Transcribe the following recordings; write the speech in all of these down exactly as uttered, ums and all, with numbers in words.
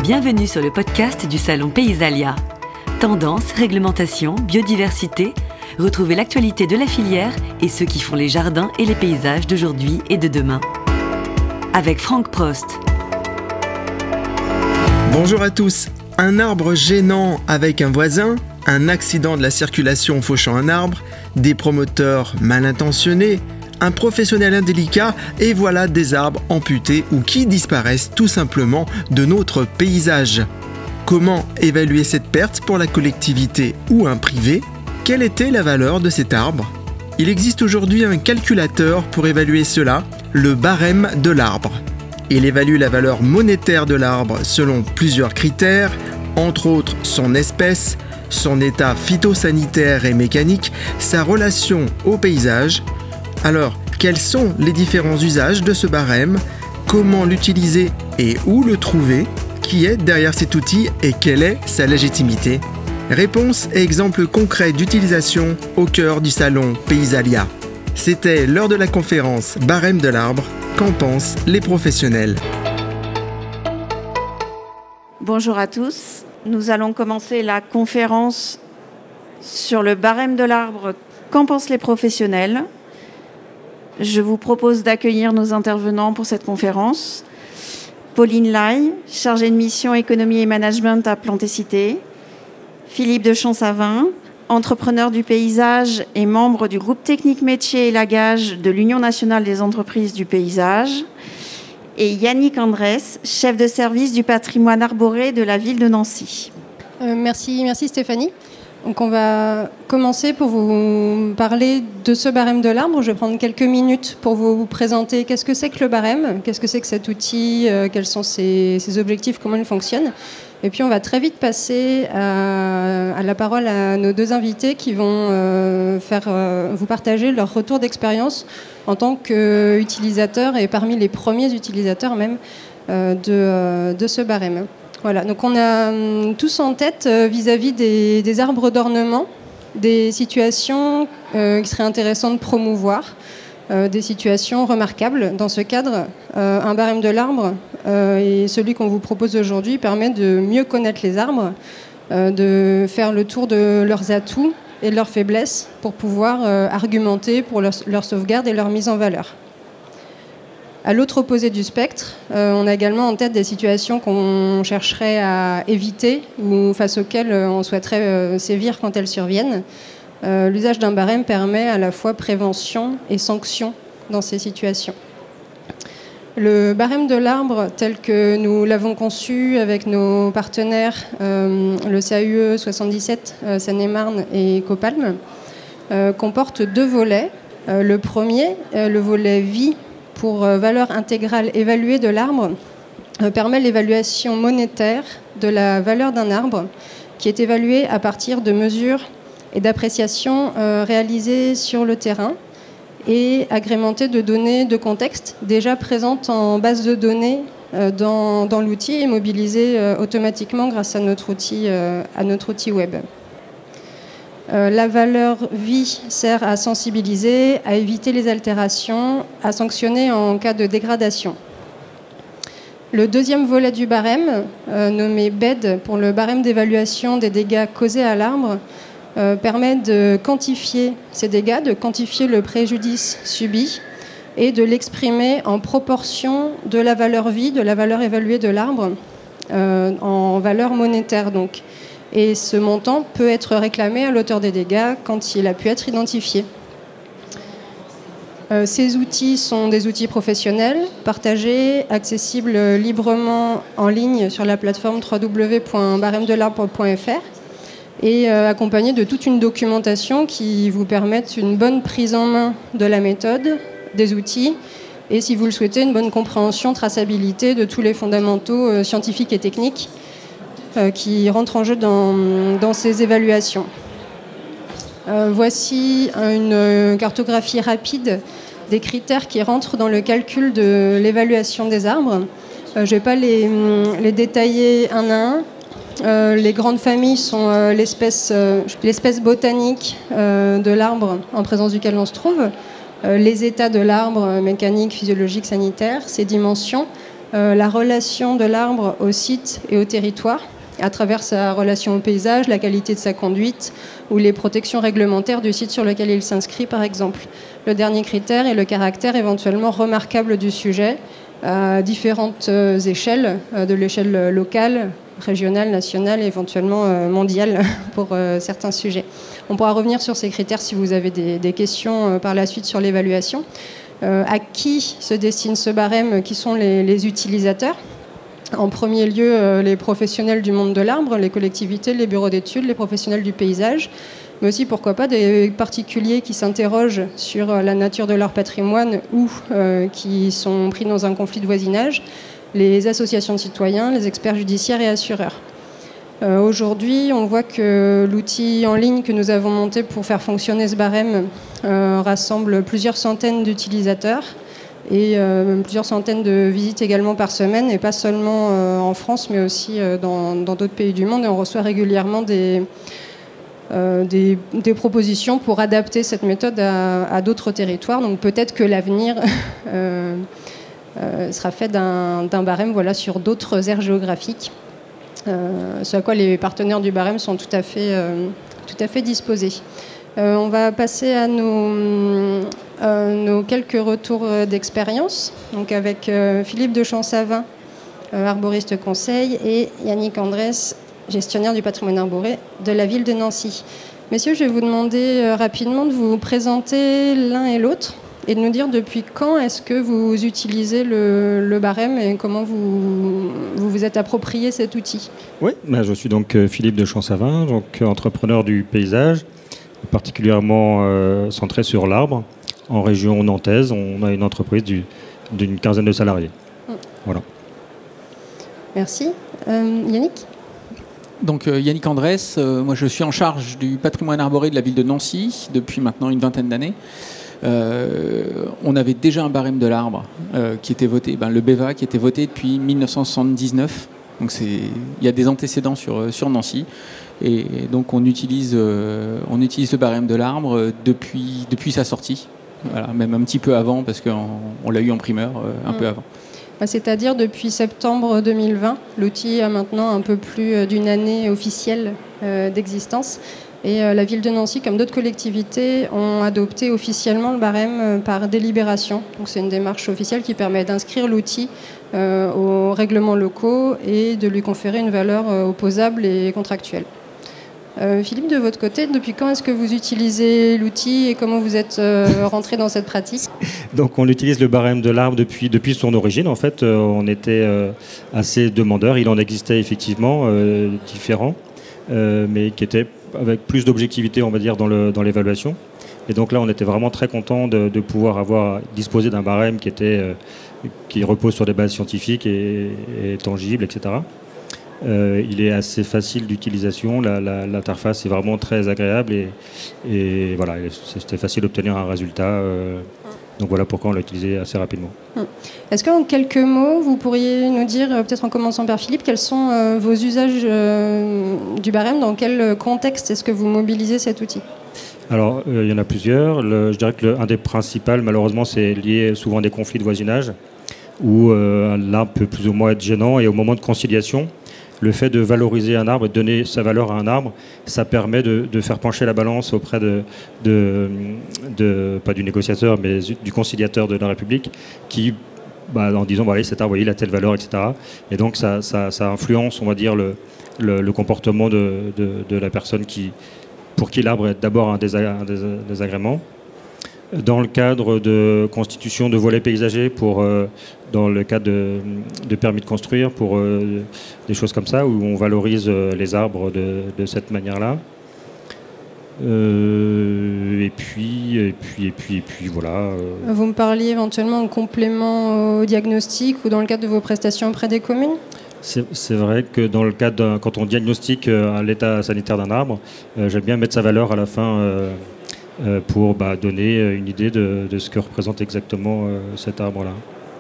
Bienvenue sur le podcast du Salon Paysalia. Tendances, réglementation, biodiversité, retrouvez l'actualité de la filière et ceux qui font les jardins et les paysages d'aujourd'hui et de demain. Avec Franck Prost. Bonjour à tous. Un arbre gênant avec un voisin, un accident de la circulation fauchant un arbre, des promoteurs mal intentionnés, un professionnel indélicat et voilà des arbres amputés ou qui disparaissent tout simplement de notre paysage. Comment évaluer cette perte pour la collectivité ou un privé ? Quelle était la valeur de cet arbre ? Il existe aujourd'hui un calculateur pour évaluer cela, le barème de l'arbre. Il évalue la valeur monétaire de l'arbre selon plusieurs critères, entre autres son espèce, son état phytosanitaire et mécanique, sa relation au paysage. Alors, quels sont les différents usages de ce barème ? Comment l'utiliser et où le trouver ? Qui est derrière cet outil et quelle est sa légitimité ? Réponse et exemples concrets d'utilisation au cœur du salon Paysalia. C'était lors de la conférence Barème de l'arbre. Qu'en pensent les professionnels ? Bonjour à tous. Nous allons commencer la conférence sur le barème de l'arbre. Qu'en pensent les professionnels ? Je vous propose d'accueillir nos intervenants pour cette conférence. Pauline Lai, chargée de mission économie et management à Plantécité. Philippe de Champsavin, entrepreneur du paysage et membre du groupe technique métier et lagage de l'Union nationale des entreprises du paysage. Et Yannick Andrès, chef de service du patrimoine arboré de la ville de Nancy. Euh, merci, merci Stéphanie. Donc on va commencer pour vous parler de ce barème de l'arbre. Je vais prendre quelques minutes pour vous présenter qu'est-ce que c'est que le barème, qu'est-ce que c'est que cet outil, euh, quels sont ses, ses objectifs, comment il fonctionne. Et puis on va très vite passer à, à la parole à nos deux invités qui vont euh, faire, euh, vous partager leur retour d'expérience en tant qu'utilisateurs et parmi les premiers utilisateurs même euh, de, euh, de ce barème. Voilà, donc on a hum, tous en tête euh, vis-à-vis des, des arbres d'ornement, des situations euh, qui seraient intéressantes de promouvoir, euh, des situations remarquables. Dans ce cadre, euh, un barème de l'arbre euh, et celui qu'on vous propose aujourd'hui permet de mieux connaître les arbres, euh, de faire le tour de leurs atouts et de leurs faiblesses pour pouvoir euh, argumenter pour leur, leur sauvegarde et leur mise en valeur. À l'autre opposé du spectre, euh, on a également en tête des situations qu'on chercherait à éviter ou face auxquelles on souhaiterait euh, sévir quand elles surviennent. Euh, l'usage d'un barème permet à la fois prévention et sanction dans ces situations. Le barème de l'arbre, tel que nous l'avons conçu avec nos partenaires, euh, le C A U E soixante-dix-sept, euh, Seine-et-Marne et Copalm, euh, comporte deux volets. Euh, le premier, euh, le volet vie, pour valeur intégrale évaluée de l'arbre, euh, permet l'évaluation monétaire de la valeur d'un arbre qui est évaluée à partir de mesures et d'appréciations euh, réalisées sur le terrain et agrémentées de données de contexte déjà présentes en base de données euh, dans, dans l'outil et mobilisées euh, automatiquement grâce à notre outil, euh, à notre outil web. Euh, la valeur vie sert à sensibiliser, à éviter les altérations, à sanctionner en cas de dégradation. Le deuxième volet du barème, euh, nommé B E D pour le barème d'évaluation des dégâts causés à l'arbre, euh, permet de quantifier ces dégâts, de quantifier le préjudice subi et de l'exprimer en proportion de la valeur vie, de la valeur évaluée de l'arbre, euh, en valeur monétaire donc. Et ce montant peut être réclamé à l'auteur des dégâts quand il a pu être identifié. Euh, ces outils sont des outils professionnels, partagés, accessibles librement en ligne sur la plateforme w w w point barème de l'arbre point f r et euh, accompagnés de toute une documentation qui vous permettent une bonne prise en main de la méthode, des outils, et si vous le souhaitez, une bonne compréhension, traçabilité de tous les fondamentaux euh, scientifiques et techniques qui rentrent en jeu dans, dans ces évaluations. Euh, voici une cartographie rapide des critères qui rentrent dans le calcul de l'évaluation des arbres. Euh, je ne vais pas les, les détailler un à un. Euh, les grandes familles sont euh, l'espèce, euh, l'espèce botanique euh, de l'arbre en présence duquel on se trouve, euh, les états de l'arbre, mécanique, physiologique, sanitaire, ses dimensions, euh, la relation de l'arbre au site et au territoire, à travers sa relation au paysage, la qualité de sa conduite ou les protections réglementaires du site sur lequel il s'inscrit, par exemple. Le dernier critère est le caractère éventuellement remarquable du sujet à différentes échelles, de l'échelle locale, régionale, nationale et éventuellement mondiale pour certains sujets. On pourra revenir sur ces critères si vous avez des, des questions par la suite sur l'évaluation. Euh, à qui se destine ce barème? Qui sont les, les utilisateurs? En premier lieu, euh, les professionnels du monde de l'arbre, les collectivités, les bureaux d'études, les professionnels du paysage, mais aussi, pourquoi pas, des particuliers qui s'interrogent sur la nature de leur patrimoine ou euh, qui sont pris dans un conflit de voisinage, les associations de citoyens, les experts judiciaires et assureurs. Euh, aujourd'hui, on voit que l'outil en ligne que nous avons monté pour faire fonctionner ce barème euh, rassemble plusieurs centaines d'utilisateurs et euh, plusieurs centaines de visites également par semaine, et pas seulement euh, en France, mais aussi euh, dans, dans d'autres pays du monde. Et on reçoit régulièrement des, euh, des, des propositions pour adapter cette méthode à, à d'autres territoires. Donc peut-être que l'avenir euh, euh, sera fait d'un, d'un barème voilà, sur d'autres aires géographiques. Euh, ce à quoi les partenaires du barème sont tout à fait, euh, tout à fait disposés. Euh, on va passer à nos, euh, nos quelques retours d'expérience, donc avec euh, Philippe de Champsavin, euh, arboriste conseil, et Yannick Andrès, gestionnaire du patrimoine arboré de la ville de Nancy. Messieurs, je vais vous demander euh, rapidement de vous présenter l'un et l'autre et de nous dire depuis quand est-ce que vous utilisez le, le barème et comment vous, vous vous êtes approprié cet outil. Oui, ben je suis donc Philippe de Champsavin, donc entrepreneur du paysage, particulièrement euh, centré sur l'arbre. En région nantaise, on a une entreprise du, d'une quinzaine de salariés. Mmh. Voilà. Merci. Euh, Yannick ? Donc euh, Yannick Andrès, euh, moi je suis en charge du patrimoine arboré de la ville de Nancy depuis maintenant une vingtaine d'années. Euh, on avait déjà un barème de l'arbre euh, qui était voté, ben, le B E V A qui était voté depuis mille neuf cent soixante-dix-neuf. Donc c'est, il y a des antécédents sur, sur Nancy. Et, et donc on utilise, euh, on utilise le barème de l'arbre depuis, depuis sa sortie. Voilà, même un petit peu avant parce qu'on on l'a eu en primeur euh, un mmh. peu avant. C'est-à-dire depuis septembre deux mille vingt, l'outil a maintenant un peu plus d'une année officielle euh, d'existence. Et euh, la ville de Nancy, comme d'autres collectivités, ont adopté officiellement le barème euh, par délibération. Donc c'est une démarche officielle qui permet d'inscrire l'outil euh, aux règlements locaux et de lui conférer une valeur euh, opposable et contractuelle. Euh, Philippe, de votre côté, depuis quand est-ce que vous utilisez l'outil et comment vous êtes euh, rentré dans cette pratique ? Donc on utilise le barème de l'arbre depuis, depuis son origine. En fait, euh, on était euh, assez demandeurs. Il en existait effectivement euh, différents, euh, mais qui étaient avec plus d'objectivité, on va dire, dans, le, dans l'évaluation. Et donc là, on était vraiment très content de, de pouvoir avoir disposé d'un barème qui, était, euh, qui repose sur des bases scientifiques et, et tangibles, et cetera. Euh, il est assez facile d'utilisation, la, la, l'interface est vraiment très agréable et, et voilà, c'était facile d'obtenir un résultat. Euh, donc voilà pourquoi on l'a utilisé assez rapidement. Est-ce qu'en quelques mots, vous pourriez nous dire, peut-être en commençant par Philippe, quels sont euh, vos usages euh, du barème? Dans quel contexte est-ce que vous mobilisez cet outil? Alors, euh, il y en a plusieurs. Le, je dirais que le, un des principaux, malheureusement, c'est lié souvent à des conflits de voisinage où euh, l'arbre peut plus ou moins être gênant, et au moment de conciliation, le fait de valoriser un arbre et de donner sa valeur à un arbre, ça permet de, de faire pencher la balance auprès de, de, de, pas du négociateur, mais du conciliateur de la République, qui, bah, en disant, voilà, cet arbre, il a telle valeur, et cetera. Et donc, ça, ça, ça influence, on va dire, le, le, le comportement de, de, de la personne qui, pour qui l'arbre est d'abord un, désa, un désagrément. Dans le cadre de constitution de volets paysagers, pour, euh, dans le cadre de, de permis de construire, pour euh, des choses comme ça, où on valorise euh, les arbres de, de cette manière-là. Euh, et, puis, et, puis, et, puis, et puis voilà. Euh. Vous me parliez éventuellement en complément au diagnostic ou dans le cadre de vos prestations auprès des communes ? C'est, c'est vrai que dans le cadre d'un, quand on diagnostique euh, l'état sanitaire d'un arbre, euh, j'aime bien mettre sa valeur à la fin. Euh, Euh, pour bah, donner une idée de, de ce que représente exactement euh, cet arbre-là.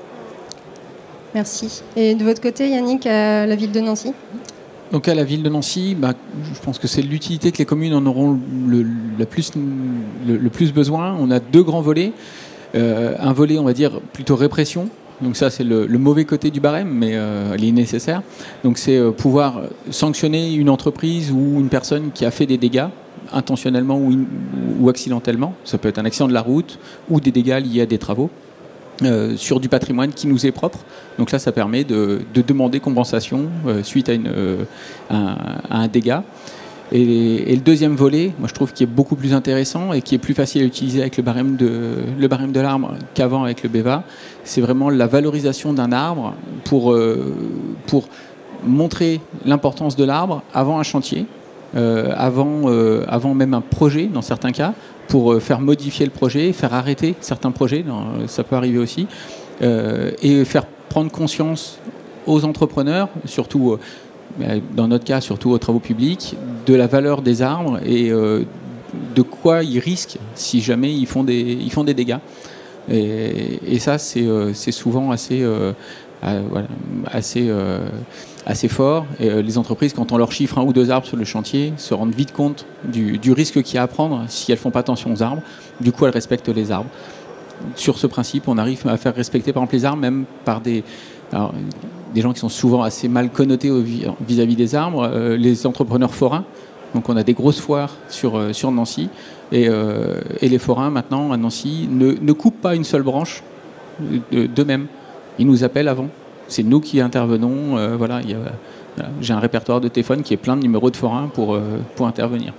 Merci. Et de votre côté, Yannick, à la ville de Nancy ? Donc à la ville de Nancy, bah, je pense que c'est l'utilité que les communes en auront le, le, plus, le, le plus besoin. On a deux grands volets. Euh, un volet, on va dire, plutôt répression, Donc ça, c'est le, le mauvais côté du barème, mais euh, il est nécessaire. Donc c'est euh, pouvoir sanctionner une entreprise ou une personne qui a fait des dégâts, intentionnellement ou, in, ou accidentellement. Ça peut être un accident de la route ou des dégâts liés à des travaux euh, sur du patrimoine qui nous est propre. Donc là, ça permet de, de demander compensation euh, suite à, une, euh, à, à un dégât. Et, et le deuxième volet, moi je trouve qui est beaucoup plus intéressant et qui est plus facile à utiliser avec le barème de, le barème de l'arbre qu'avant avec le B E V A, c'est vraiment la valorisation d'un arbre pour, euh, pour montrer l'importance de l'arbre avant un chantier, euh, avant, euh, avant même un projet dans certains cas, pour euh, faire modifier le projet, faire arrêter certains projets, non, ça peut arriver aussi, euh, et faire prendre conscience aux entrepreneurs, surtout euh, dans notre cas, surtout aux travaux publics, de la valeur des arbres et euh, de quoi ils risquent si jamais ils font des, ils font des dégâts. Et, et ça, c'est, euh, c'est souvent assez, euh, euh, voilà, assez, euh, assez fort. Et euh, les entreprises, quand on leur chiffre un ou deux arbres sur le chantier, se rendent vite compte du, du risque qu'il y a à prendre si elles ne font pas attention aux arbres. Du coup, elles respectent les arbres. Sur ce principe, on arrive à faire respecter par exemple les arbres, même par des... Alors, des gens qui sont souvent assez mal connotés vis-à-vis des arbres, euh, les entrepreneurs forains. Donc on a des grosses foires sur, euh, sur Nancy. Et, euh, et les forains, maintenant, à Nancy, ne, ne coupent pas une seule branche d'eux-mêmes. Ils nous appellent avant. C'est nous qui intervenons. Euh, voilà, il y a, voilà. J'ai un répertoire de téléphone qui est plein de numéros de forains pour, euh, pour intervenir.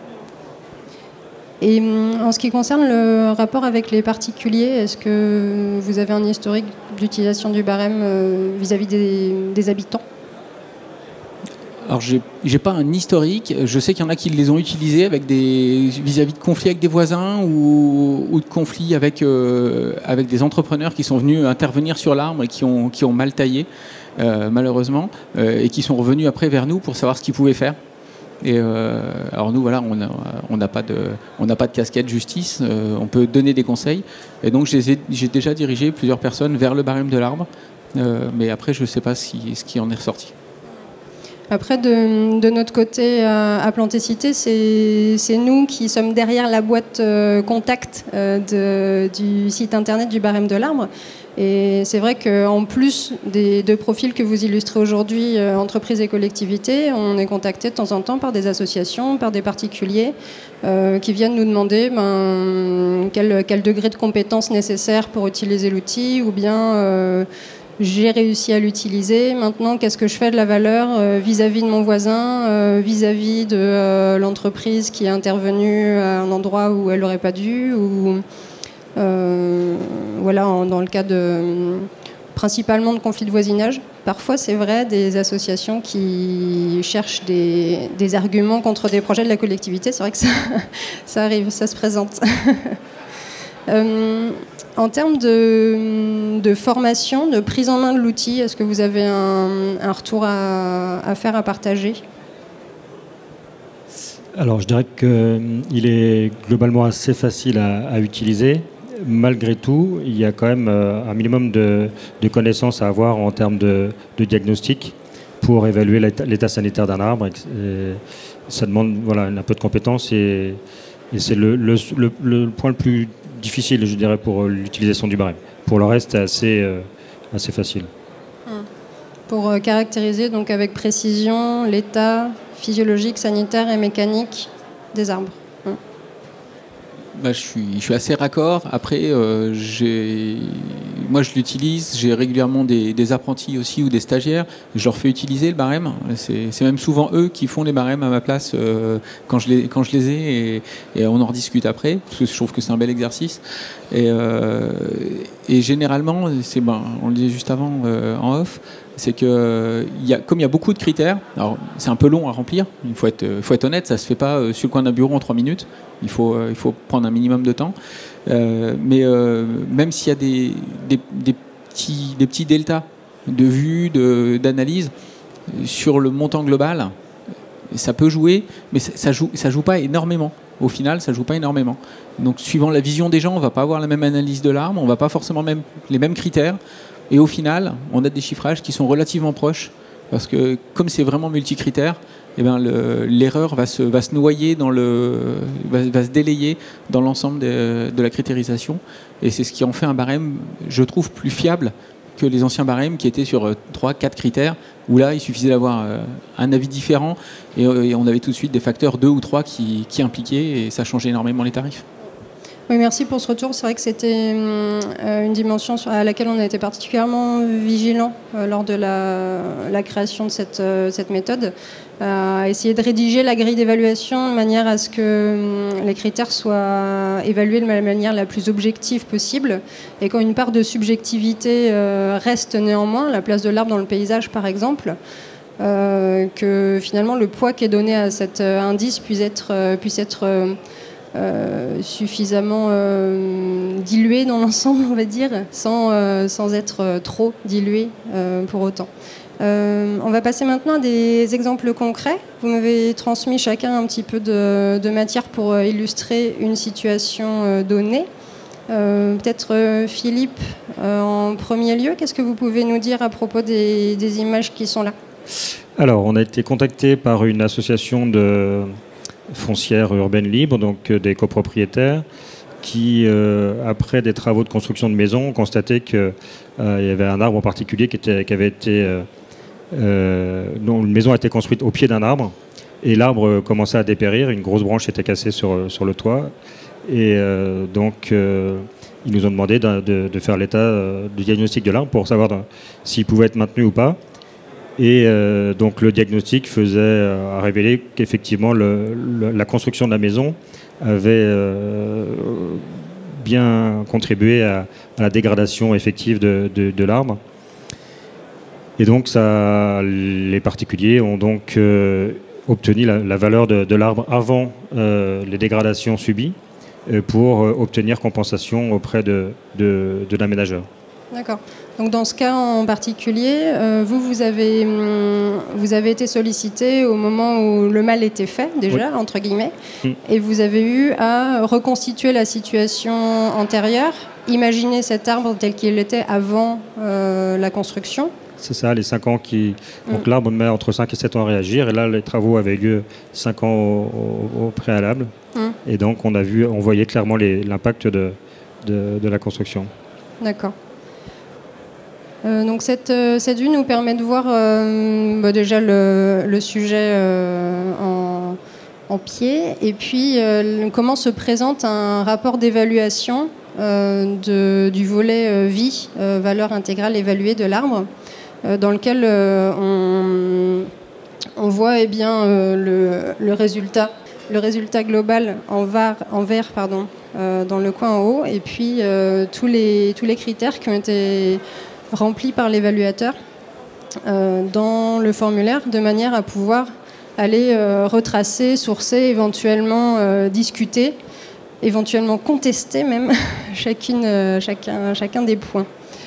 Et en ce qui concerne le rapport avec les particuliers, est-ce que vous avez un historique d'utilisation du barème vis-à-vis des, des habitants ? Alors, j'ai, j'ai pas un historique. Je sais qu'il y en a qui les ont utilisés avec des, vis-à-vis de conflits avec des voisins ou, ou de conflits avec, euh, avec des entrepreneurs qui sont venus intervenir sur l'arbre et qui ont, qui ont mal taillé, euh, malheureusement, euh, et qui sont revenus après vers nous pour savoir ce qu'ils pouvaient faire. Et euh, alors nous voilà, on n'a on n'a pas de on n'a pas de casquette justice, euh, on peut donner des conseils. Et donc j'ai, j'ai déjà dirigé plusieurs personnes vers le barème de l'arbre, euh, mais après je ne sais pas si, ce qui en est ressorti. Après, de, de notre côté, à, à Plantécité, c'est, c'est nous qui sommes derrière la boîte euh, contact euh, de, du site internet du barème de l'arbre. Et c'est vrai qu'en plus des deux profils que vous illustrez aujourd'hui, euh, entreprises et collectivités, on est contacté de temps en temps par des associations, par des particuliers euh, qui viennent nous demander ben, quel, quel degré de compétence nécessaire pour utiliser l'outil, ou bien euh, j'ai réussi à l'utiliser, maintenant qu'est-ce que je fais de la valeur euh, vis-à-vis de mon voisin, euh, vis-à-vis de euh, l'entreprise qui est intervenue à un endroit où elle n'aurait pas dû, ou... Euh, voilà, en, dans le cas de, principalement de conflits de voisinage. Parfois, c'est vrai, des associations qui cherchent des, des arguments contre des projets de la collectivité. C'est vrai que ça, ça arrive, ça se présente. euh, en termes de, de formation, de prise en main de l'outil, est-ce que vous avez un, un retour à, à faire, à partager ? Alors, je dirais qu'il est globalement assez facile à, à utiliser. Malgré tout, il y a quand même un minimum de, de connaissances à avoir en termes de, de diagnostic pour évaluer l'état, l'état sanitaire d'un arbre. Et ça demande voilà, un peu de compétences et, et c'est le, le, le, le point le plus difficile, je dirais, pour l'utilisation du barème. Pour le reste, c'est assez, euh, assez facile. Pour caractériser donc avec précision l'état physiologique, sanitaire et mécanique des arbres. Bah, je, suis, je suis assez raccord. Après, euh, j'ai, moi, je l'utilise. J'ai régulièrement des, des apprentis aussi ou des stagiaires. Je leur fais utiliser le barème. C'est, c'est même souvent eux qui font les barèmes à ma place euh, quand, je les, quand je les ai. Et, et on en rediscute après, parce que je trouve que c'est un bel exercice. Et, euh, et généralement, c'est, ben, on le disait juste avant euh, en off, c'est que y a, comme il y a beaucoup de critères, alors c'est un peu long à remplir, il faut être, faut être honnête, ça ne se fait pas euh, sur le coin d'un bureau en trois minutes, il faut, euh, il faut prendre un minimum de temps. Euh, mais euh, même s'il y a des, des, des, petits, des petits deltas de vue, de, d'analyse sur le montant global, ça peut jouer, mais ça ne joue, ça joue pas énormément. Au final, ça ne joue pas énormément. Donc, suivant la vision des gens, on ne va pas avoir la même analyse de l'arbre, on ne va pas forcément même, les mêmes critères. Et au final, on a des chiffrages qui sont relativement proches, parce que comme c'est vraiment multicritères, eh ben le, l'erreur va se, va se noyer, dans le, va, va se délayer dans l'ensemble de, de la critérisation. Et c'est ce qui en fait un barème, je trouve, plus fiable que les anciens barèmes qui étaient sur trois quatre critères, où là, il suffisait d'avoir euh, un avis différent et, et on avait tout de suite des facteurs deux ou trois qui, qui impliquaient et ça changeait énormément les tarifs. Oui, merci pour ce retour. C'est vrai que c'était euh, une dimension à laquelle on a été particulièrement vigilant euh, lors de la, la création de cette, euh, cette méthode, à euh, essayer de rédiger la grille d'évaluation de manière à ce que euh, les critères soient évalués de la manière la plus objective possible et quand une part de subjectivité euh, reste néanmoins, la place de l'arbre dans le paysage par exemple, euh, que finalement le poids qui est donné à cet euh, indice puisse être, euh, puisse être euh, Euh, suffisamment euh, dilué dans l'ensemble, on va dire, sans, euh, sans être euh, trop dilué euh, pour autant. Euh, on va passer maintenant à des exemples concrets. Vous m'avez transmis chacun un petit peu de, de matière pour euh, illustrer une situation euh, donnée. Euh, peut-être euh, Philippe, euh, en premier lieu, qu'est-ce que vous pouvez nous dire à propos des, des images qui sont là ? Alors, on a été contacté par une association de foncière urbaine libre, donc euh, des copropriétaires, qui, euh, après des travaux de construction de maisons, ont constaté qu'il euh, y avait un arbre en particulier qui, était, qui avait été... Euh, euh, dont une maison a été construite au pied d'un arbre, et l'arbre commençait à dépérir, une grosse branche était cassée sur, sur le toit, et euh, donc euh, ils nous ont demandé de, de, de faire l'état euh, du diagnostic de l'arbre pour savoir s'il pouvait être maintenu ou pas. Et euh, donc le diagnostic faisait euh, révéler qu'effectivement le, le, la construction de la maison avait euh, bien contribué à, à la dégradation effective de, de, de l'arbre. Et donc ça, les particuliers ont donc euh, obtenu la, la valeur de, de l'arbre avant euh, les dégradations subies euh, pour euh, obtenir compensation auprès de, de, de l'aménageur. D'accord. Donc dans ce cas en particulier, euh, vous, vous avez, hum, vous avez été sollicité au moment où le mal était fait, déjà, oui. entre guillemets, mmh. et vous avez eu à reconstituer la situation antérieure, imaginer cet arbre tel qu'il était avant euh, la construction. C'est ça, les cinq ans qui... Mmh. Donc l'arbre met entre cinq et sept ans à réagir, et là, les travaux avaient lieu cinq ans au, au, au préalable, mmh. et donc on a vu, on voyait clairement les, l'impact de, de, de la construction. D'accord. Euh, donc cette, euh, cette vue nous permet de voir euh, bah déjà le, le sujet euh, en, en pied et puis euh, comment se présente un rapport d'évaluation euh, de, du volet euh, vie, euh, valeur intégrale évaluée de l'arbre, euh, dans lequel euh, on, on voit eh bien, euh, le, le, résultat, le résultat global en, var, en vert pardon, euh, dans le coin en haut et puis euh, tous, les, tous les critères qui ont été rempli par l'évaluateur euh, dans le formulaire de manière à pouvoir aller euh, retracer, sourcer, éventuellement euh, discuter, éventuellement contester même chacune, euh, chacun, chacun des points.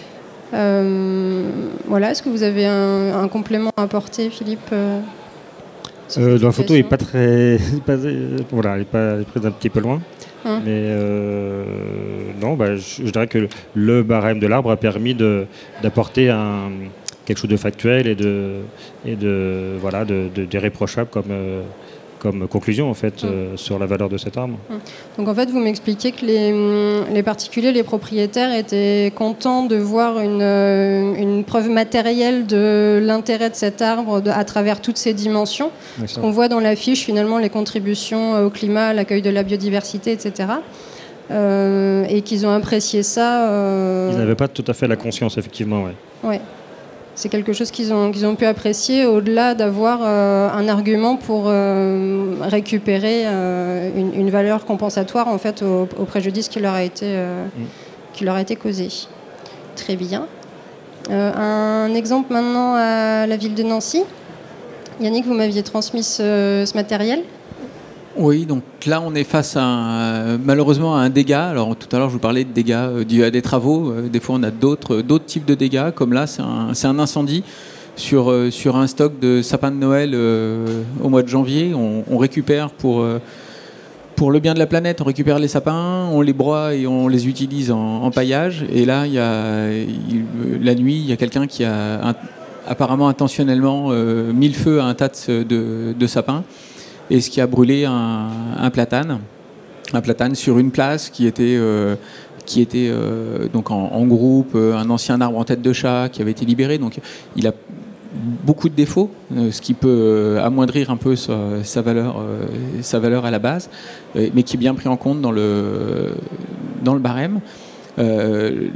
Euh, voilà, est-ce que vous avez un, un complément à apporter, Philippe euh, euh, La photo n'est pas très... Pas, voilà, elle est, pas, elle est prise un petit peu loin. Hum. Mais euh, non, bah, je, je dirais que le barème de l'arbre a permis de, d'apporter un, quelque chose de factuel et de, et de voilà, de, de, d'irréprochable comme, euh, comme conclusion en fait hum. euh, sur la valeur de cet arbre. Hum. Donc en fait, vous m'expliquez que les, les particuliers, les propriétaires étaient contents de voir une, une preuve matérielle de l'intérêt de cet arbre de, à travers toutes ses dimensions. Parce qu'on voit dans la fiche finalement les contributions au climat, à l'accueil de la biodiversité, et cetera. Euh, et qu'ils ont apprécié ça. Euh... Ils n'avaient pas tout à fait la conscience, effectivement. Ouais. Ouais. C'est quelque chose qu'ils ont, qu'ils ont pu apprécier au-delà d'avoir euh, un argument pour euh, récupérer euh, une, une valeur compensatoire en fait, au, au préjudice qui leur a été, euh, mm. qui leur a été causé. Très bien. Euh, un exemple maintenant à la ville de Nancy. Yannick, vous m'aviez transmis ce, ce matériel. Oui, donc là on est face à un, malheureusement à un dégât. Alors tout à l'heure je vous parlais de dégâts euh, dus à des travaux. Euh, des fois on a d'autres, d'autres types de dégâts, comme là c'est un, c'est un incendie sur, euh, sur un stock de sapins de Noël euh, au mois de janvier. On, on récupère pour, euh, pour le bien de la planète, on récupère les sapins, on les broie et on les utilise en, en paillage. Et là il y a, il, la nuit il y a quelqu'un qui a un, apparemment intentionnellement euh, mis le feu à un tas de, de, de sapins. Et ce qui a brûlé un, un platane, un platane sur une place qui était, euh, qui était euh, donc en, en groupe, un ancien arbre en tête de chat qui avait été libéré. Donc il a beaucoup de défauts, euh, ce qui peut euh, amoindrir un peu sa, sa, valeur, euh, sa valeur à la base, euh, mais qui est bien pris en compte dans le, dans le barème. Euh,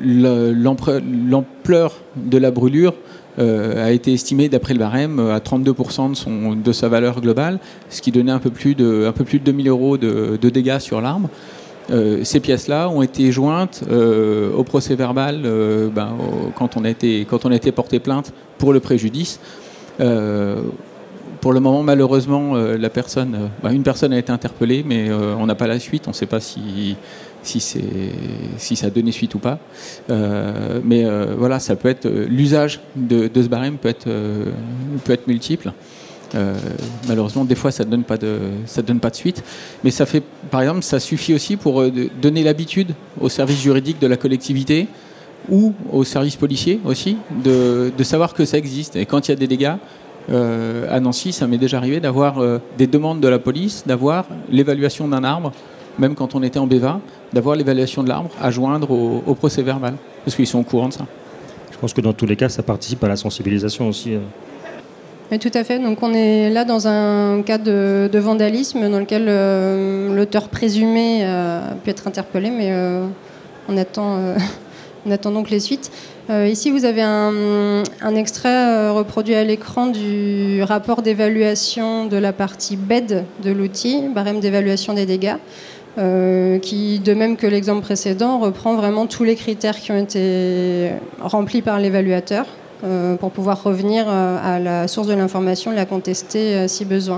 l'ampleur de la brûlure euh, a été estimée d'après le barème à trente-deux pour cent de, son, de sa valeur globale, ce qui donnait un peu plus de, un peu plus de deux mille euros de, de dégâts sur l'arbre. Euh, ces pièces-là ont été jointes euh, au procès verbal euh, ben, au, quand, on a été, quand on a été porté plainte pour le préjudice. Euh, pour le moment, malheureusement, euh, la personne, euh, ben, une personne a été interpellée, mais euh, on n'a pas la suite. On ne sait pas si, si, c'est, si ça a donné suite ou pas. Euh, mais euh, voilà, ça peut être l'usage de, de ce barème peut être, euh, peut être multiple. Euh, malheureusement, des fois, ça ne donne pas de, ça donne pas de suite. Mais ça fait, par exemple, ça suffit aussi pour euh, donner l'habitude aux services juridiques de la collectivité ou aux services policiers aussi de, de savoir que ça existe. Et quand il y a des dégâts, euh, à Nancy, ça m'est déjà arrivé d'avoir euh, des demandes de la police, d'avoir l'évaluation d'un arbre, même quand on était en B V A, d'avoir l'évaluation de l'arbre à joindre au, au procès verbal, parce qu'ils sont au courant de ça. Je pense que dans tous les cas, ça participe à la sensibilisation aussi. Oui, tout à fait. Donc on est là dans un cas de, de vandalisme dans lequel euh, l'auteur présumé euh, peut être interpellé, mais euh, on, attend, euh, on attend donc les suites. Euh, ici, vous avez un, un extrait euh, reproduit à l'écran du rapport d'évaluation de la partie B E D de l'outil, barème d'évaluation des dégâts, euh, qui, de même que l'exemple précédent, reprend vraiment tous les critères qui ont été remplis par l'évaluateur, Euh, pour pouvoir revenir euh, à la source de l'information et la contester euh, si besoin.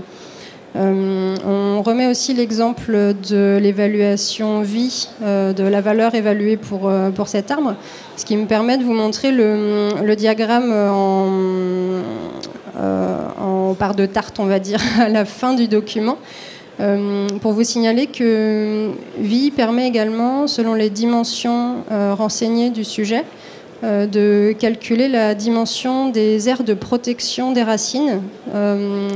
Euh, on remet aussi l'exemple de l'évaluation vie, euh, de la valeur évaluée pour, euh, pour cet arbre, ce qui me permet de vous montrer le, le diagramme en, euh, en part de tarte, on va dire, à la fin du document. Euh, pour vous signaler que vie permet également, selon les dimensions euh, renseignées du sujet, de calculer la dimension des aires de protection des racines. Euh,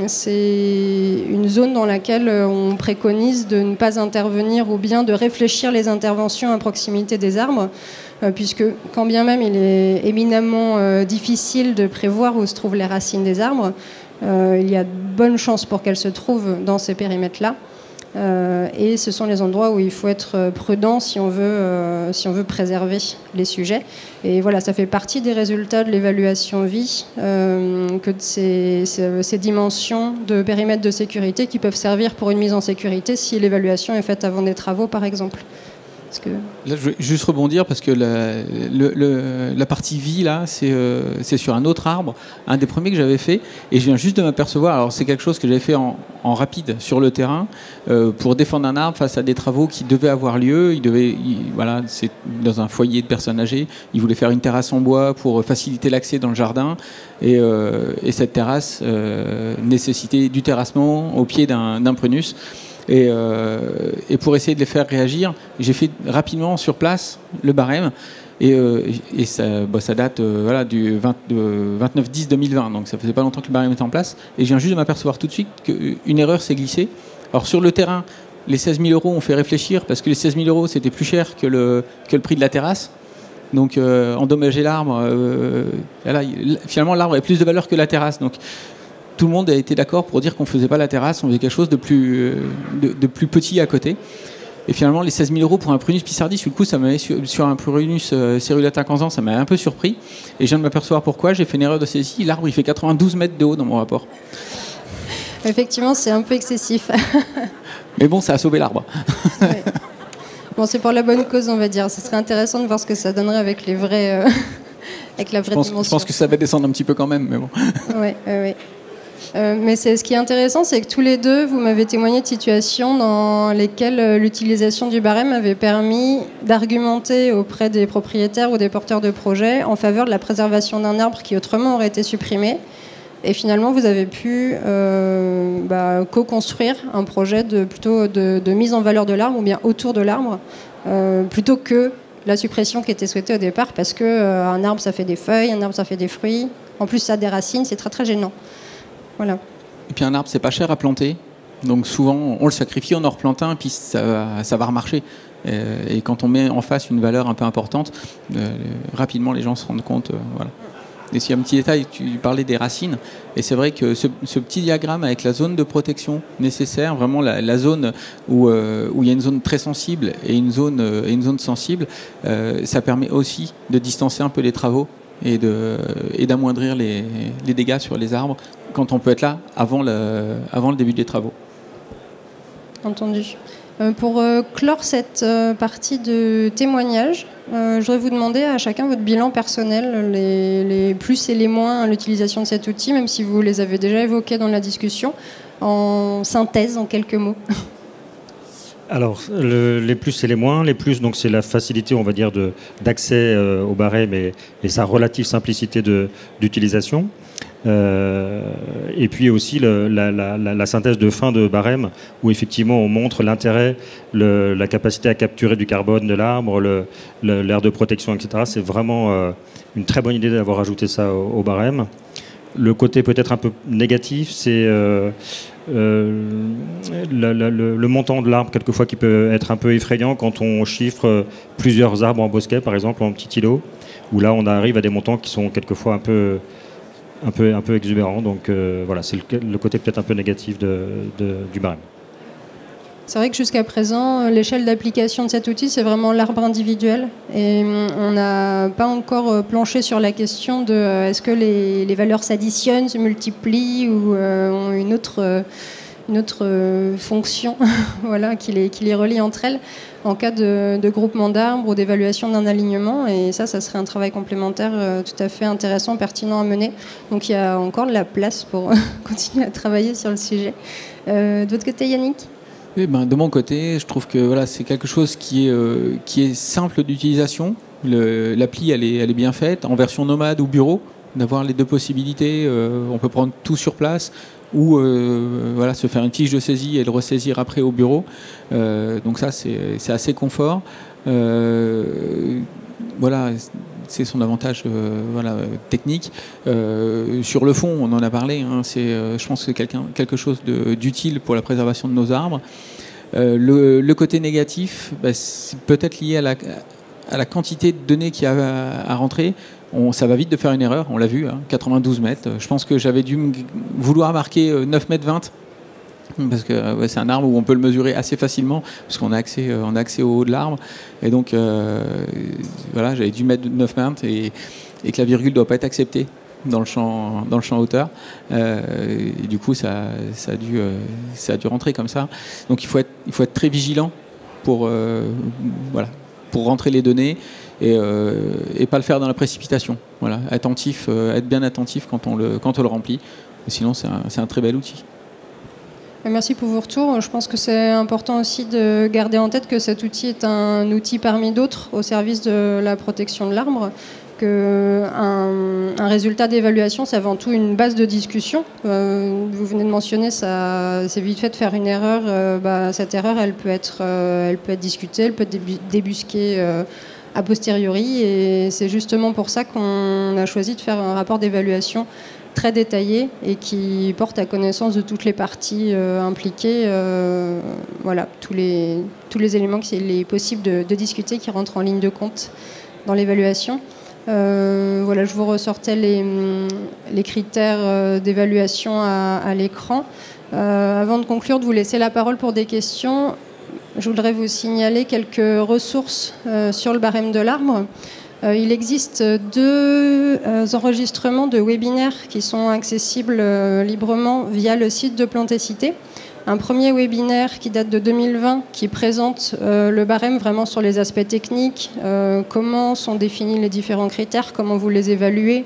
c'est une zone dans laquelle on préconise de ne pas intervenir ou bien de réfléchir les interventions à proximité des arbres, euh, puisque quand bien même il est éminemment euh, difficile de prévoir où se trouvent les racines des arbres, euh, il y a de bonnes chances pour qu'elles se trouvent dans ces périmètres-là. Euh, et ce sont les endroits où il faut être prudent si on veut, euh, si on veut préserver les sujets. Et voilà, ça fait partie des résultats de l'évaluation vie, euh, que de ces, ces, ces dimensions de périmètre de sécurité qui peuvent servir pour une mise en sécurité si l'évaluation est faite avant des travaux, par exemple. Parce que... Là, je vais juste rebondir parce que la, le, le, la partie vie, là, c'est, euh, c'est sur un autre arbre, un des premiers que j'avais fait, et je viens juste de m'apercevoir, alors c'est quelque chose que j'avais fait en, en rapide sur le terrain, euh, pour défendre un arbre face à des travaux qui devaient avoir lieu. Il devait, il, voilà, c'est dans un foyer de personnes âgées, ils voulaient faire une terrasse en bois pour faciliter l'accès dans le jardin, et, euh, et cette terrasse euh, nécessitait du terrassement au pied d'un, d'un prunus. Et, euh, et pour essayer de les faire réagir, j'ai fait rapidement sur place le barème. Et, euh, et ça, bah, ça date euh, voilà, du vingt-neuf dix deux mille vingt, donc ça faisait pas longtemps que le barème était en place. Et je viens juste de m'apercevoir tout de suite qu'une erreur s'est glissée. Alors sur le terrain, les seize mille euros ont fait réfléchir, parce que les seize mille euros, c'était plus cher que le, que le prix de la terrasse. Donc euh, endommager l'arbre, euh, voilà, finalement l'arbre a plus de valeur que la terrasse. Donc tout le monde a été d'accord pour dire qu'on ne faisait pas la terrasse, on faisait quelque chose de plus, de, de plus petit à côté. Et finalement, les seize mille euros pour un prunus pissardi, sur le coup, ça m'avait sur, sur un prunus euh, Cerulata canzan, ça m'avait un peu surpris. Et je viens de m'apercevoir pourquoi. J'ai fait une erreur de saisie. L'arbre, il fait quatre-vingt-douze mètres de haut dans mon rapport. Effectivement, c'est un peu excessif. Mais bon, ça a sauvé l'arbre. Ouais. Bon, c'est pour la bonne cause, on va dire. Ce serait intéressant de voir ce que ça donnerait avec les vrais, euh, avec la vraie je pense, dimension. Je pense que ça va descendre un petit peu quand même, mais bon. Oui, oui, oui. Euh, mais c'est, ce qui est intéressant, c'est que tous les deux, vous m'avez témoigné de situations dans lesquelles euh, l'utilisation du barème avait permis d'argumenter auprès des propriétaires ou des porteurs de projets en faveur de la préservation d'un arbre qui autrement aurait été supprimé. Et finalement, vous avez pu euh, bah, co-construire un projet de, plutôt de, de mise en valeur de l'arbre ou bien autour de l'arbre, euh, plutôt que la suppression qui était souhaitée au départ, parce qu'un euh, arbre, ça fait des feuilles, un arbre, ça fait des fruits. En plus, ça a des racines, c'est très très gênant. Voilà. Et puis un arbre, c'est pas cher à planter. Donc souvent, on le sacrifie, on en replante un, puis ça va, ça va remarcher. Et, et quand on met en face une valeur un peu importante, euh, rapidement les gens se rendent compte. Euh, voilà. Et s'il y a un petit détail, tu parlais des racines, et c'est vrai que ce, ce petit diagramme avec la zone de protection nécessaire, vraiment la, la zone où, euh, où il y a une zone très sensible et une zone, euh, et une zone sensible, euh, ça permet aussi de distancer un peu les travaux et, de, et d'amoindrir les, les dégâts sur les arbres quand on peut être là avant le, avant le début des travaux. Entendu. Euh, pour euh, clore cette euh, partie de témoignage, euh, je voudrais vous demander à chacun votre bilan personnel, les, les plus et les moins à l'utilisation de cet outil, même si vous les avez déjà évoqués dans la discussion, en synthèse, en quelques mots. Alors, le, les plus et les moins. Les plus, donc, c'est la facilité, on va dire, de, d'accès euh, au barème et, et sa relative simplicité de, d'utilisation. Euh, et puis aussi le, la, la, la synthèse de fin de barème, où effectivement on montre l'intérêt, le, la capacité à capturer du carbone de l'arbre, le, le, l'aire de protection, et cetera. C'est vraiment euh, une très bonne idée d'avoir ajouté ça au, au barème. Le côté peut-être un peu négatif, c'est euh, euh, la, la, le, le montant de l'arbre, quelquefois qui peut être un peu effrayant quand on chiffre plusieurs arbres en bosquet, par exemple, en petit îlot, où là on arrive à des montants qui sont quelquefois un peu un peu, un peu exubérant. Donc euh, voilà, c'est le, le côté peut-être un peu négatif de, de, du barème. C'est vrai que jusqu'à présent, l'échelle d'application de cet outil, c'est vraiment l'arbre individuel. Et on n'a pas encore planché sur la question de euh, est-ce que les, les valeurs s'additionnent, se multiplient ou euh, ont une autre, euh, une autre euh, fonction voilà, qui, les, qui les relie entre elles en cas de, de groupement d'arbres ou d'évaluation d'un alignement. Et ça, ça serait un travail complémentaire euh, tout à fait intéressant, pertinent à mener. Donc il y a encore de la place pour continuer à travailler sur le sujet. Euh, de votre côté, Yannick ? Eh ben, de mon côté, je trouve que voilà, c'est quelque chose qui est, euh, qui est simple d'utilisation. Le, l'appli, elle est, elle est bien faite, en version nomade ou bureau, d'avoir les deux possibilités. Euh, on peut prendre tout sur place ou euh, voilà, se faire une fiche de saisie et le ressaisir après au bureau. Euh, donc ça, c'est, c'est assez confort. Euh, voilà, c'est son avantage euh, voilà, technique. Euh, sur le fond, on en a parlé, hein, c'est, euh, je pense que c'est quelqu'un, quelque chose de, d'utile pour la préservation de nos arbres. Euh, le, le côté négatif, bah, c'est peut-être lié à la, à la quantité de données qu'il y a à, à rentrer. On, ça va vite de faire une erreur, on l'a vu, hein, quatre-vingt-douze mètres. Je pense que j'avais dû m- vouloir marquer neuf mètres vingt, parce que ouais, c'est un arbre où on peut le mesurer assez facilement, parce qu'on a accès, euh, on a accès au haut de l'arbre. Et donc, euh, voilà, j'avais dû mettre neuf mètres et, et que la virgule ne doit pas être acceptée dans le champ, dans le champ hauteur. Euh, et du coup, ça, ça, a dû, euh, ça a dû rentrer comme ça. Donc, il faut être, il faut être très vigilant pour, euh, voilà, pour rentrer les données. Et, euh, et pas le faire dans la précipitation. Voilà, attentif, euh, être bien attentif quand on le, quand on le remplit. Sinon, c'est un, c'est un très bel outil. Merci pour vos retours. Je pense que c'est important aussi de garder en tête que cet outil est un outil parmi d'autres au service de la protection de l'arbre. Que un, un résultat d'évaluation, c'est avant tout une base de discussion. Euh, vous venez de mentionner, ça, c'est vite fait de faire une erreur. Euh, bah, cette erreur, elle peut être, euh, elle peut être discutée, elle peut être débusquée euh, a posteriori, et c'est justement pour ça qu'on a choisi de faire un rapport d'évaluation très détaillé et qui porte à connaissance de toutes les parties euh, impliquées, euh, voilà, tous les, tous les éléments qu'il est possible de, de discuter qui rentrent en ligne de compte dans l'évaluation. Euh, voilà, je vous ressortais les, les critères d'évaluation à, à l'écran. Euh, avant de conclure, de vous laisser la parole pour des questions, je voudrais vous signaler quelques ressources euh, sur le barème de l'arbre. Euh, il existe deux euh, enregistrements de webinaires qui sont accessibles euh, librement via le site de Plantécité. Un premier webinaire qui date de deux mille vingt, qui présente euh, le barème vraiment sur les aspects techniques, euh, comment sont définis les différents critères, comment vous les évaluez,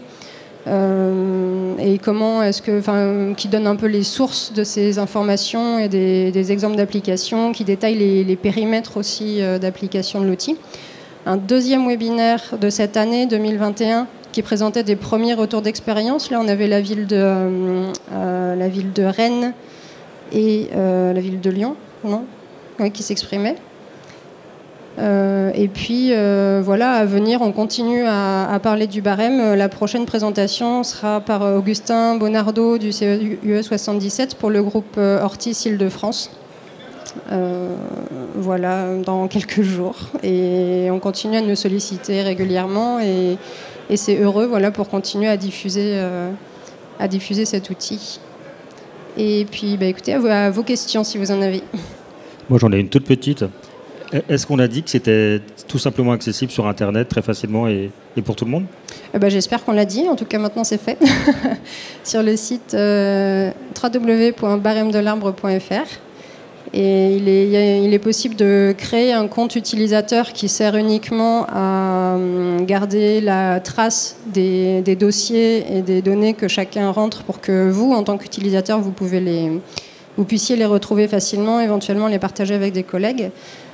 Euh, et comment est-ce que, enfin, qui donne un peu les sources de ces informations et des, des exemples d'applications, qui détaille les, les périmètres aussi euh, d'application de l'outil. Un deuxième webinaire de cette année deux mille vingt et un qui présentait des premiers retours d'expérience. Là, on avait la ville de, euh, euh, la ville de Rennes et euh, la ville de Lyon, non, ouais, qui s'exprimaient. Euh, et puis euh, voilà, à venir, on continue à, à parler du barème. La prochaine présentation sera par Augustin Bonardo du C E U E soixante-dix-sept pour le groupe Ortis Île-de-France. Euh, voilà, dans quelques jours. Et on continue à nous solliciter régulièrement et, et c'est heureux, voilà, pour continuer à diffuser, euh, à diffuser cet outil. Et puis, bah, écoutez, à vos, à vos questions si vous en avez. Moi, j'en ai une toute petite. Est-ce qu'on a dit que c'était tout simplement accessible sur Internet très facilement et, et pour tout le monde ? Eh ben, j'espère qu'on l'a dit. En tout cas, maintenant, c'est fait. Sur le site euh, w w w point barème de l'arbre point f r. Et il est, il est possible de créer un compte utilisateur qui sert uniquement à garder la trace des, des dossiers et des données que chacun rentre pour que vous, en tant qu'utilisateur, vous, pouvez les, vous puissiez les retrouver facilement, éventuellement les partager avec des collègues.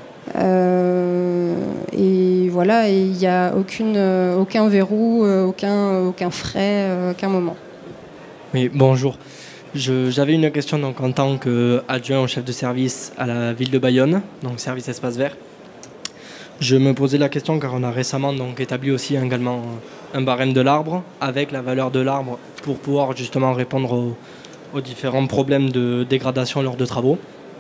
Euh, et voilà, il n'y a aucune, aucun verrou, aucun, aucun frais, aucun moment. Oui, bonjour. Je, j'avais une question donc, en tant qu'adjoint au chef de service à la ville de Bayonne, donc service espace vert. Je me posais la question car on a récemment donc, établi aussi également un barème de l'arbre avec la valeur de l'arbre pour pouvoir justement répondre aux, aux différents problèmes de dégradation lors de travaux.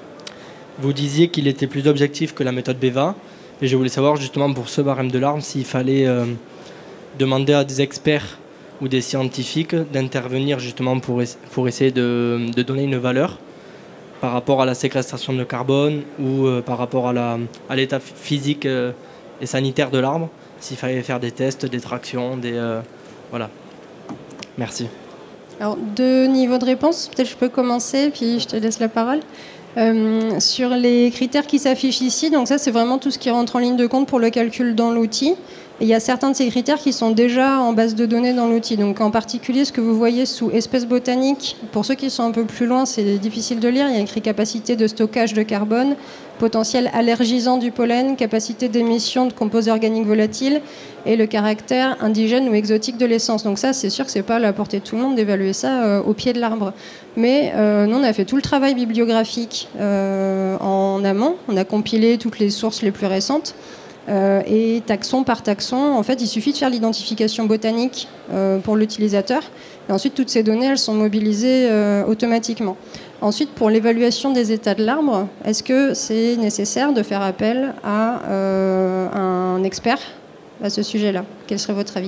Vous disiez qu'il était plus objectif que la méthode BEVA et je voulais savoir justement pour ce barème de l'arbre s'il fallait euh, demander à des experts ou des scientifiques d'intervenir justement pour, pour essayer de, de donner une valeur par rapport à la séquestration de carbone ou euh, par rapport à, la, à l'état physique euh, et sanitaire de l'arbre, s'il fallait faire des tests, des tractions, des... Euh, voilà. Merci. Alors, deux niveaux de réponse. Peut-être je peux commencer, puis je te laisse la parole. Euh, sur les critères qui s'affichent ici, donc ça c'est vraiment tout ce qui rentre en ligne de compte pour le calcul dans l'outil. Et il y a certains de ces critères qui sont déjà en base de données dans l'outil. Donc en particulier ce que vous voyez sous espèces botaniques, pour ceux qui sont un peu plus loin, c'est difficile de lire. Il y a écrit capacité de stockage de carbone, potentiel allergisant du pollen, capacité d'émission de composés organiques volatiles et le caractère indigène ou exotique de l'essence. Donc ça, c'est sûr que c'est pas à la portée de tout le monde d'évaluer ça euh, au pied de l'arbre. Mais euh, nous, on a fait tout le travail bibliographique euh, en amont. On a compilé toutes les sources les plus récentes. Euh, et taxon par taxon, en fait, il suffit de faire l'identification botanique euh, pour l'utilisateur. Et ensuite, toutes ces données, elles sont mobilisées euh, automatiquement. Ensuite, pour l'évaluation des états de l'arbre, est-ce que c'est nécessaire de faire appel à euh, un expert à ce sujet-là ? Quel serait votre avis ?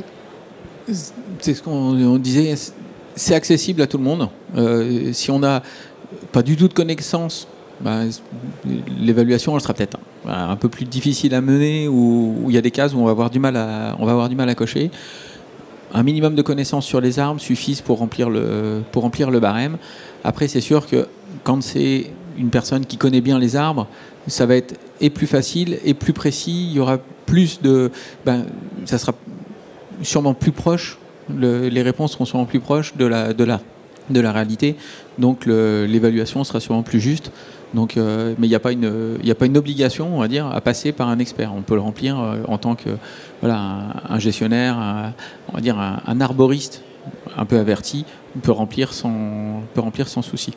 C'est ce qu'on on disait, c'est accessible à tout le monde. Euh, si on n'a pas du tout de connaissances, ben, l'évaluation elle sera peut-être un, un peu plus difficile à mener, ou il y a des cases où on va avoir du mal à, on va avoir du mal à cocher. Un minimum de connaissances sur les arbres suffisent pour remplir le, pour remplir le barème. Après, c'est sûr que quand c'est une personne qui connaît bien les arbres, ça va être et plus facile et plus précis. Il y aura plus de, ben, ça sera sûrement plus proche. Le, les réponses seront sûrement plus proches de la, de la, de la réalité. Donc le, l'évaluation sera sûrement plus juste. Donc, euh, mais il n'y a pas une, il n'y a pas une obligation, on va dire, à passer par un expert. On peut le remplir euh, en tant que, voilà, un, un gestionnaire, un, on va dire un, un arboriste un peu averti, peut remplir sans, peut remplir sans souci.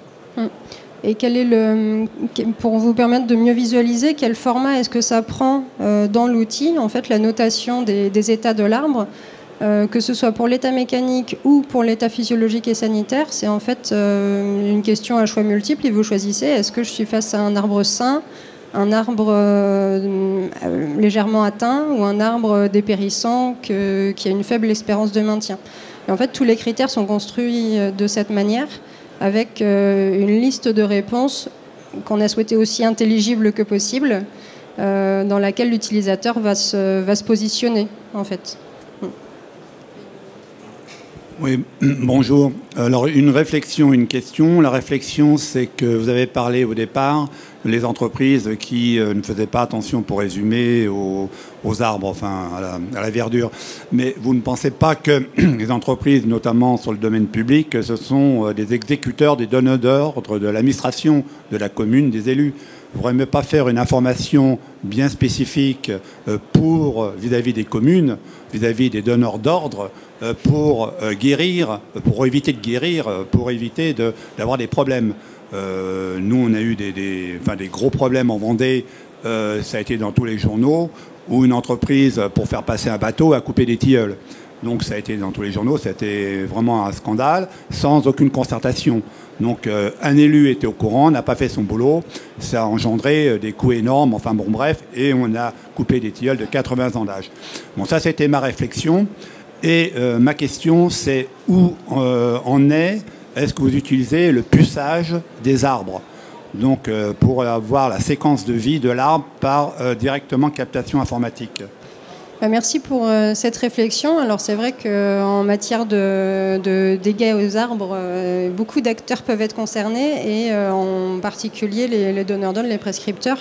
Et quel est le, pour vous permettre de mieux visualiser, quel format est-ce que ça prend euh, dans l'outil, en fait, la notation des, des états de l'arbre, euh, que ce soit pour l'état mécanique ou pour l'état physiologique et sanitaire, c'est en fait euh, une question à choix multiples et vous choisissez, est-ce que je suis face à un arbre sain, un arbre euh, légèrement atteint ou un arbre dépérissant que, qui a une faible espérance de maintien. Et en fait, tous les critères sont construits de cette manière, avec euh, une liste de réponses qu'on a souhaité aussi intelligible que possible, euh, dans laquelle l'utilisateur va se, va se positionner, en fait. Oui, bonjour. Alors, une réflexion, une question. La réflexion, c'est que vous avez parlé au départ les entreprises qui euh, ne faisaient pas attention, pour résumer, aux, aux arbres, enfin à la, à la verdure. Mais vous ne pensez pas que les entreprises, notamment sur le domaine public, ce sont des exécuteurs, des donneurs d'ordre de l'administration, de la commune, des élus. Vous ne pourriez pas faire une information bien spécifique pour vis-à-vis des communes, vis-à-vis des donneurs d'ordre, pour guérir, pour éviter de guérir, pour éviter de, d'avoir des problèmes. Euh, nous, on a eu des, des, enfin, des gros problèmes en Vendée euh, ça a été dans tous les journaux, où une entreprise, pour faire passer un bateau, a coupé des tilleuls. Donc ça a été dans tous les journaux, c'était vraiment un scandale, sans aucune concertation. Donc euh, un élu était au courant, n'a pas fait son boulot, ça a engendré euh, des coûts énormes, enfin bon bref, et on a coupé des tilleuls de quatre-vingts ans d'âge. Bon, ça c'était ma réflexion, et euh, ma question c'est où euh, en est, est-ce que vous utilisez le puçage des arbres, donc euh, pour avoir la séquence de vie de l'arbre par euh, directement captation informatique? Merci pour euh, cette réflexion. Alors c'est vrai qu'en matière de, de dégâts aux arbres, euh, beaucoup d'acteurs peuvent être concernés et euh, en particulier les, les donneurs d'ordre, les prescripteurs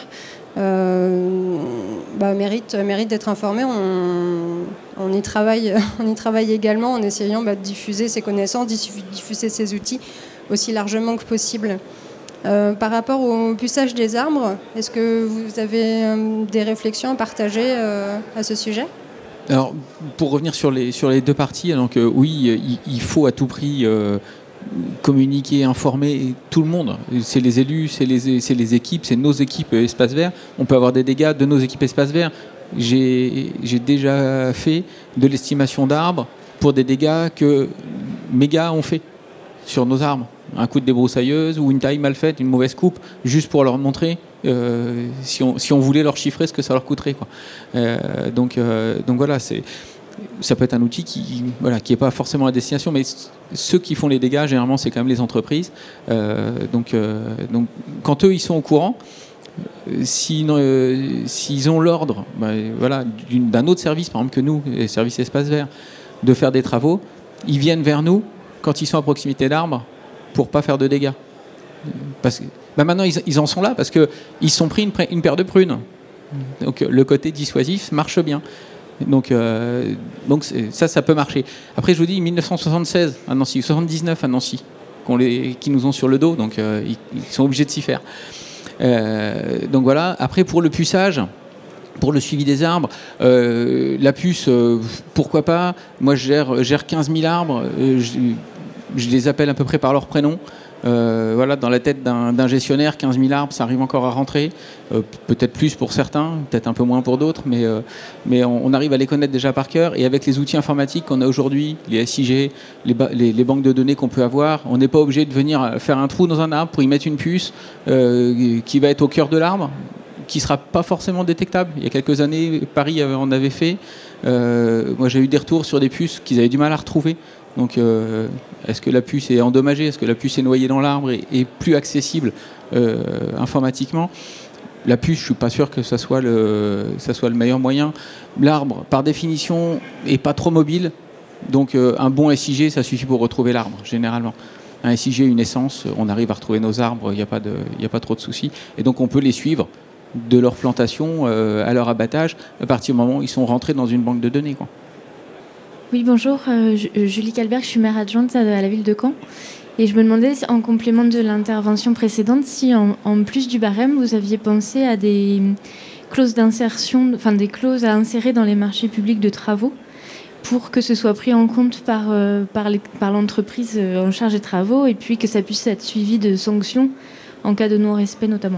euh, bah, méritent, méritent d'être informés. On, on, y travaille, on y travaille également en essayant bah, de diffuser ces connaissances, diffuser ces outils aussi largement que possible. Euh, par rapport au puçage des arbres, est-ce que vous avez euh, des réflexions à partager euh, à ce sujet ? Alors, pour revenir sur les, sur les deux parties, donc, euh, oui, il, il faut à tout prix euh, communiquer, informer tout le monde. C'est les élus, c'est les, c'est les équipes, c'est nos équipes Espace Vert. On peut avoir des dégâts de nos équipes Espace Vert. J'ai, j'ai déjà fait de l'estimation d'arbres pour des dégâts que mes gars ont fait sur nos arbres. Un coup de débroussailleuse ou une taille mal faite, une mauvaise coupe, juste pour leur montrer euh, si, on, si on voulait leur chiffrer ce que ça leur coûterait, quoi. Euh, donc, euh, donc voilà, c'est, ça peut être un outil qui voilà, qui n'est pas forcément à destination, mais ceux qui font les dégâts, généralement, c'est quand même les entreprises. Euh, donc, euh, donc quand eux, ils sont au courant, s'ils, euh, s'ils ont l'ordre ben, voilà, d'un autre service, par exemple que nous, les services Espace Vert, de faire des travaux, ils viennent vers nous quand ils sont à proximité d'arbres, pour pas faire de dégâts. Parce que bah maintenant ils, ils en sont là parce que ils se sont pris une, une paire de prunes. Donc le côté dissuasif marche bien. Donc, euh, donc ça, ça peut marcher. Après je vous dis mille neuf cent soixante-seize à Nancy, soixante-dix-neuf à Nancy, qu'on les, qui nous ont sur le dos, donc euh, ils, ils sont obligés de s'y faire. Euh, donc voilà. Après pour le puçage. Pour le suivi des arbres, euh, la puce, euh, pourquoi pas. Moi je gère, gère quinze mille arbres. Euh, je, Je les appelle à peu près par leur prénom. Euh, voilà, dans la tête d'un, d'un gestionnaire, quinze mille arbres, ça arrive encore à rentrer. Euh, peut-être plus pour certains, peut-être un peu moins pour d'autres, mais, euh, mais on, on arrive à les connaître déjà par cœur. Et avec les outils informatiques qu'on a aujourd'hui, les S I G, les, ba- les, les banques de données qu'on peut avoir, on n'est pas obligé de venir faire un trou dans un arbre pour y mettre une puce euh, qui va être au cœur de l'arbre, qui ne sera pas forcément détectable. Il y a quelques années, Paris en avait fait. Euh, moi, j'ai eu des retours sur des puces qu'ils avaient du mal à retrouver. Donc, euh, est-ce que la puce est endommagée ? Est-ce que la puce est noyée dans l'arbre et est plus accessible euh, informatiquement ? La puce, je ne suis pas sûr que ça soit, le, ça soit le meilleur moyen. L'arbre, par définition, n'est pas trop mobile. Donc, euh, un bon S I G, ça suffit pour retrouver l'arbre, généralement. Un S I G, une essence, on arrive à retrouver nos arbres, il n'y a pas de, il n'y a pas trop de soucis. Et donc, on peut les suivre de leur plantation euh, à leur abattage à partir du moment où ils sont rentrés dans une banque de données, quoi. Oui, bonjour, euh, Julie Calbert, je suis maire adjointe à la ville de Caen. Et je me demandais, en complément de l'intervention précédente, si en, en plus du barème, vous aviez pensé à des clauses d'insertion, enfin des clauses à insérer dans les marchés publics de travaux pour que ce soit pris en compte par, euh, par, les, par l'entreprise en charge des travaux et puis que ça puisse être suivi de sanctions en cas de non-respect notamment.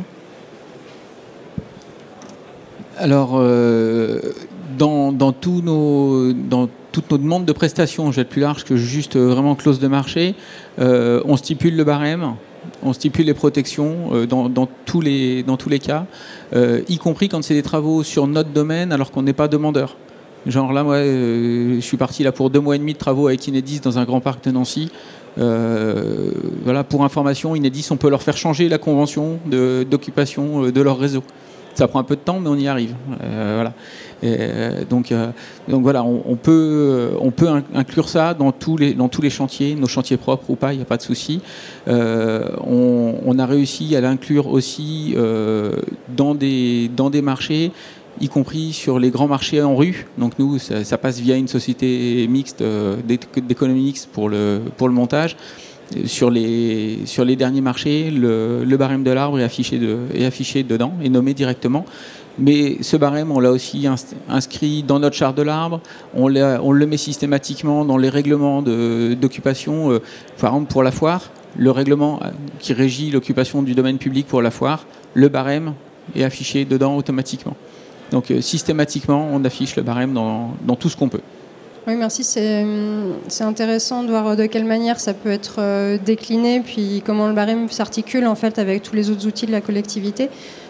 Alors, euh, dans, dans tous nos... Dans toutes nos demandes de prestations, je vais être plus large que juste euh, vraiment clause de marché, euh, on stipule le barème, on stipule les protections euh, dans, dans, tous les, dans tous les cas, euh, y compris quand c'est des travaux sur notre domaine alors qu'on n'est pas demandeur. Genre là, moi, euh, je suis parti là pour deux mois et demi de travaux avec Enedis dans un grand parc de Nancy. Euh, voilà, pour information, Enedis, on peut leur faire changer la convention de, d'occupation euh, de leur réseau. Ça prend un peu de temps, mais on y arrive. Euh, voilà. Et, euh, donc, euh, donc voilà, on, on, peut, on peut inclure ça dans tous les, dans tous les chantiers, nos chantiers propres ou pas, il n'y a pas de souci. Euh, on, on a réussi à l'inclure aussi euh, dans, des, dans des marchés, y compris sur les grands marchés en rue. Donc nous, ça, ça passe via une société mixte, euh, d'économie mixte pour le, pour le montage. Sur les, sur les derniers marchés, le, le barème de l'arbre est affiché, de, est affiché dedans, est nommé directement. Mais ce barème, on l'a aussi inscrit dans notre charte de l'arbre. On, on le met systématiquement dans les règlements de, d'occupation. Euh, par exemple, pour la foire, le règlement qui régit l'occupation du domaine public pour la foire, le barème est affiché dedans automatiquement. Donc euh, systématiquement, on affiche le barème dans, dans tout ce qu'on peut. Oui, merci. C'est, c'est intéressant de voir de quelle manière ça peut être euh, décliné, puis comment le barème s'articule en fait avec tous les autres outils de la collectivité.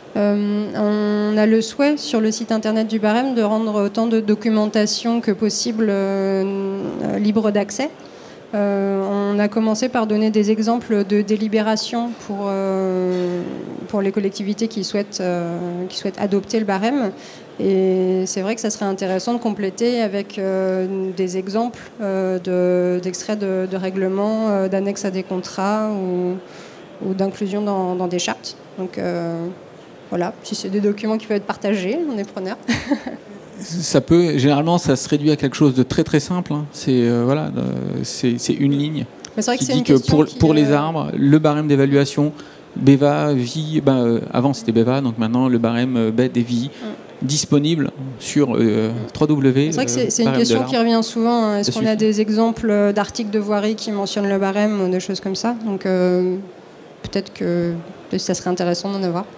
Euh, on a le souhait sur le site internet du barème de rendre autant de documentation que possible euh, libre d'accès. Euh, on a commencé par donner des exemples de délibération pour, euh, pour les collectivités qui souhaitent, euh, qui souhaitent adopter le barème. Et c'est vrai que ça serait intéressant de compléter avec euh, des exemples euh, de, d'extraits de, de règlements, euh, d'annexes à des contrats ou, ou d'inclusion dans, dans des chartes. Donc euh, voilà, si c'est des documents qui peuvent être partagés, on est preneur. Ça peut, généralement, ça se réduit à quelque chose de très très simple. Hein. C'est, euh, voilà, euh, c'est, c'est une ligne Mais c'est vrai que qui c'est dit une que question pour, qui, pour les euh, arbres, le barème d'évaluation, B E V A, V I, ben, euh, avant c'était B E V A, donc maintenant le barème euh, B E D et V I, mm. disponible sur euh, w w w. C'est vrai que c'est, c'est une question qui revient souvent. Hein. Est-ce ça qu'on a suffit. des exemples d'articles de voirie qui mentionnent le barème ou des choses comme ça? Donc euh, peut-être que peut-être ça serait intéressant d'en avoir.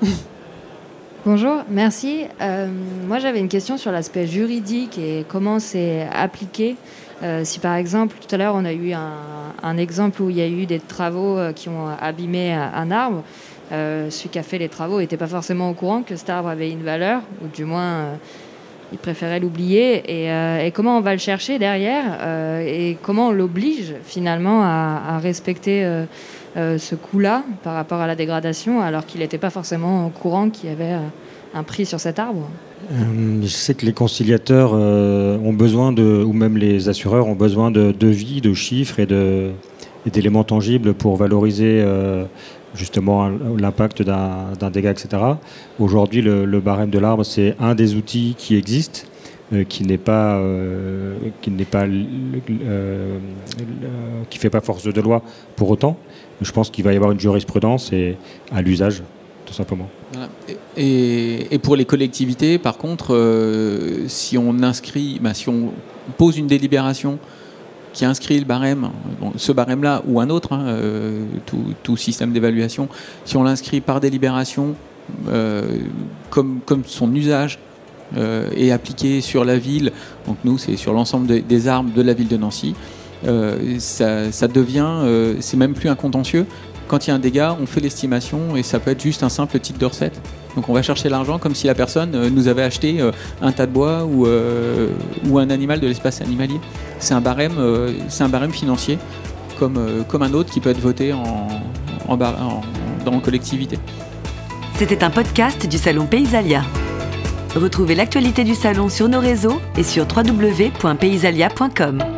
Bonjour, merci. Euh, moi, j'avais une question sur l'aspect juridique et comment c'est appliqué. Euh, si par exemple, tout à l'heure, on a eu un, un exemple où il y a eu des travaux qui ont abîmé un arbre. Euh, celui qui a fait les travaux n'était pas forcément au courant que cet arbre avait une valeur, ou du moins, euh, il préférait l'oublier. Et, euh, et comment on va le chercher derrière euh, et comment on l'oblige finalement à, à respecter euh, euh, ce coût-là par rapport à la dégradation, alors qu'il n'était pas forcément au courant qu'il y avait euh, un prix sur cet arbre. Euh, je sais que les conciliateurs euh, ont besoin de, ou même les assureurs ont besoin de devis, de chiffres et, de, et d'éléments tangibles pour valoriser euh, justement l'impact d'un, d'un dégât, et cetera. Aujourd'hui, le, le barème de l'arbre, c'est un des outils qui existent, euh, qui n'est pas, euh, qui n'est pas, euh, euh, qui fait pas force de loi pour autant. Je pense qu'il va y avoir une jurisprudence et à l'usage, tout simplement. Voilà. Et, et pour les collectivités, par contre, euh, si on inscrit, bah, si on pose une délibération qui inscrit le barème, bon, ce barème-là ou un autre, hein, euh, tout, tout système d'évaluation, si on l'inscrit par délibération, euh, comme, comme son usage euh, est appliqué sur la ville, donc nous c'est sur l'ensemble des, des arbres de la ville de Nancy, euh, ça, ça devient, euh, c'est même plus un contentieux. Quand il y a un dégât, on fait l'estimation et ça peut être juste un simple titre de recette. Donc on va chercher l'argent comme si la personne nous avait acheté un tas de bois ou, euh, ou un animal de l'espace animalier. C'est un barème, euh, c'est un barème financier comme, euh, comme un autre qui peut être voté en, en, bar, en, dans collectivité. C'était un podcast du Salon Paysalia. Retrouvez l'actualité du salon sur nos réseaux et sur w w w point paysalia point com.